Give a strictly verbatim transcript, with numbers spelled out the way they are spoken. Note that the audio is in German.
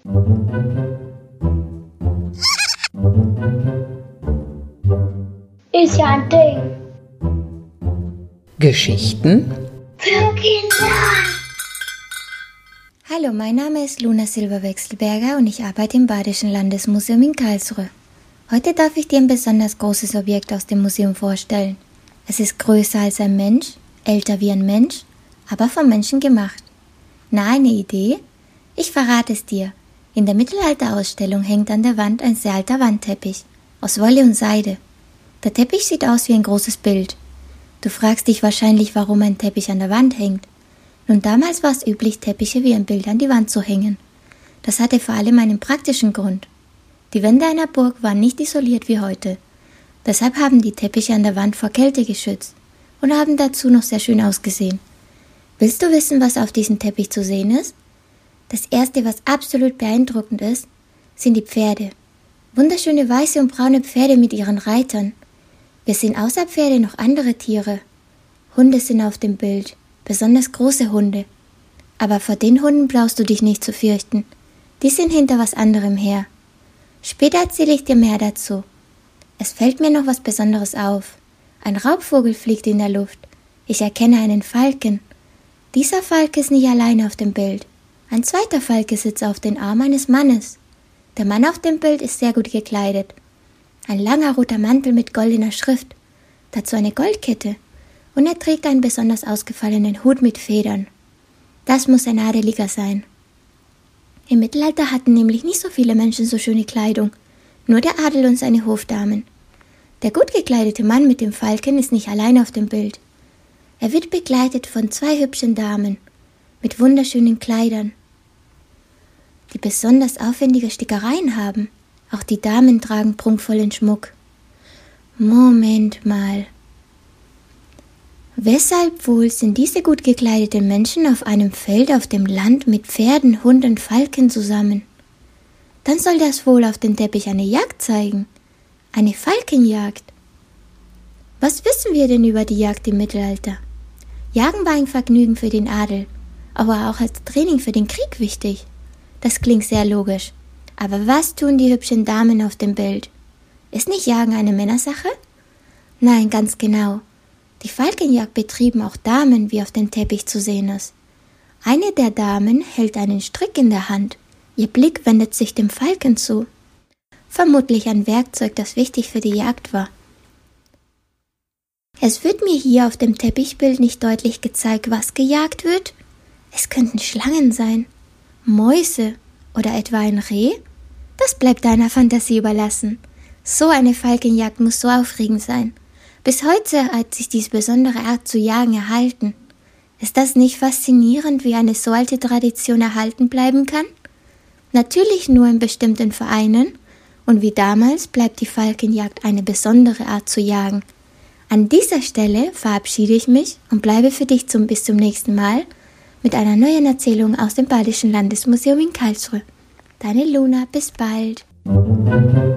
Ist ja ein Ding. Geschichten Für Kinder. Hallo, mein Name ist Luna Silber-Wechselberger und ich arbeite im Badischen Landesmuseum in Karlsruhe. Heute darf ich dir ein besonders großes Objekt aus dem Museum vorstellen. Es ist größer als ein Mensch, älter wie ein Mensch, aber vom Menschen gemacht. Na, eine Idee? Ich verrate es dir. In der Mittelalterausstellung hängt an der Wand ein sehr alter Wandteppich, aus Wolle und Seide. Der Teppich sieht aus wie ein großes Bild. Du fragst dich wahrscheinlich, warum ein Teppich an der Wand hängt. Nun, damals war es üblich, Teppiche wie ein Bild an die Wand zu hängen. Das hatte vor allem einen praktischen Grund. Die Wände einer Burg waren nicht isoliert wie heute. Deshalb haben die Teppiche an der Wand vor Kälte geschützt und haben dazu noch sehr schön ausgesehen. Willst du wissen, was auf diesem Teppich zu sehen ist? Das erste, was absolut beeindruckend ist, sind die Pferde. Wunderschöne weiße und braune Pferde mit ihren Reitern. Wir sehen außer Pferde noch andere Tiere. Hunde sind auf dem Bild, besonders große Hunde. Aber vor den Hunden brauchst du dich nicht zu fürchten. Die sind hinter was anderem her. Später erzähle ich dir mehr dazu. Es fällt mir noch was Besonderes auf. Ein Raubvogel fliegt in der Luft. Ich erkenne einen Falken. Dieser Falke ist nicht alleine auf dem Bild. Ein zweiter Falke sitzt auf dem Arm eines Mannes. Der Mann auf dem Bild ist sehr gut gekleidet. Ein langer roter Mantel mit goldener Schrift, dazu eine Goldkette, und er trägt einen besonders ausgefallenen Hut mit Federn. Das muss ein Adeliger sein. Im Mittelalter hatten nämlich nicht so viele Menschen so schöne Kleidung, nur der Adel und seine Hofdamen. Der gut gekleidete Mann mit dem Falken ist nicht allein auf dem Bild. Er wird begleitet von zwei hübschen Damen mit wunderschönen Kleidern, die besonders aufwendige Stickereien haben. Auch die Damen tragen prunkvollen Schmuck. Moment mal. Weshalb wohl sind diese gut gekleideten Menschen auf einem Feld auf dem Land mit Pferden, Hunden und Falken zusammen? Dann soll das wohl auf dem Teppich eine Jagd zeigen. Eine Falkenjagd. Was wissen wir denn über die Jagd im Mittelalter? Jagen war ein Vergnügen für den Adel, aber auch als Training für den Krieg wichtig. Das klingt sehr logisch. Aber was tun die hübschen Damen auf dem Bild? Ist nicht Jagen eine Männersache? Nein, ganz genau. Die Falkenjagd betrieben auch Damen, wie auf dem Teppich zu sehen ist. Eine der Damen hält einen Strick in der Hand. Ihr Blick wendet sich dem Falken zu. Vermutlich ein Werkzeug, das wichtig für die Jagd war. Es wird mir hier auf dem Teppichbild nicht deutlich gezeigt, was gejagt wird. Es könnten Schlangen sein, Mäuse oder etwa ein Reh. Das bleibt deiner Fantasie überlassen. So eine Falkenjagd muss so aufregend sein. Bis heute hat sich diese besondere Art zu jagen erhalten. Ist das nicht faszinierend, wie eine so alte Tradition erhalten bleiben kann? Natürlich nur in bestimmten Vereinen, und wie damals bleibt die Falkenjagd eine besondere Art zu jagen. An dieser Stelle verabschiede ich mich und bleibe für dich zum bis zum nächsten Mal mit einer neuen Erzählung aus dem Badischen Landesmuseum in Karlsruhe. Deine Luna, bis bald.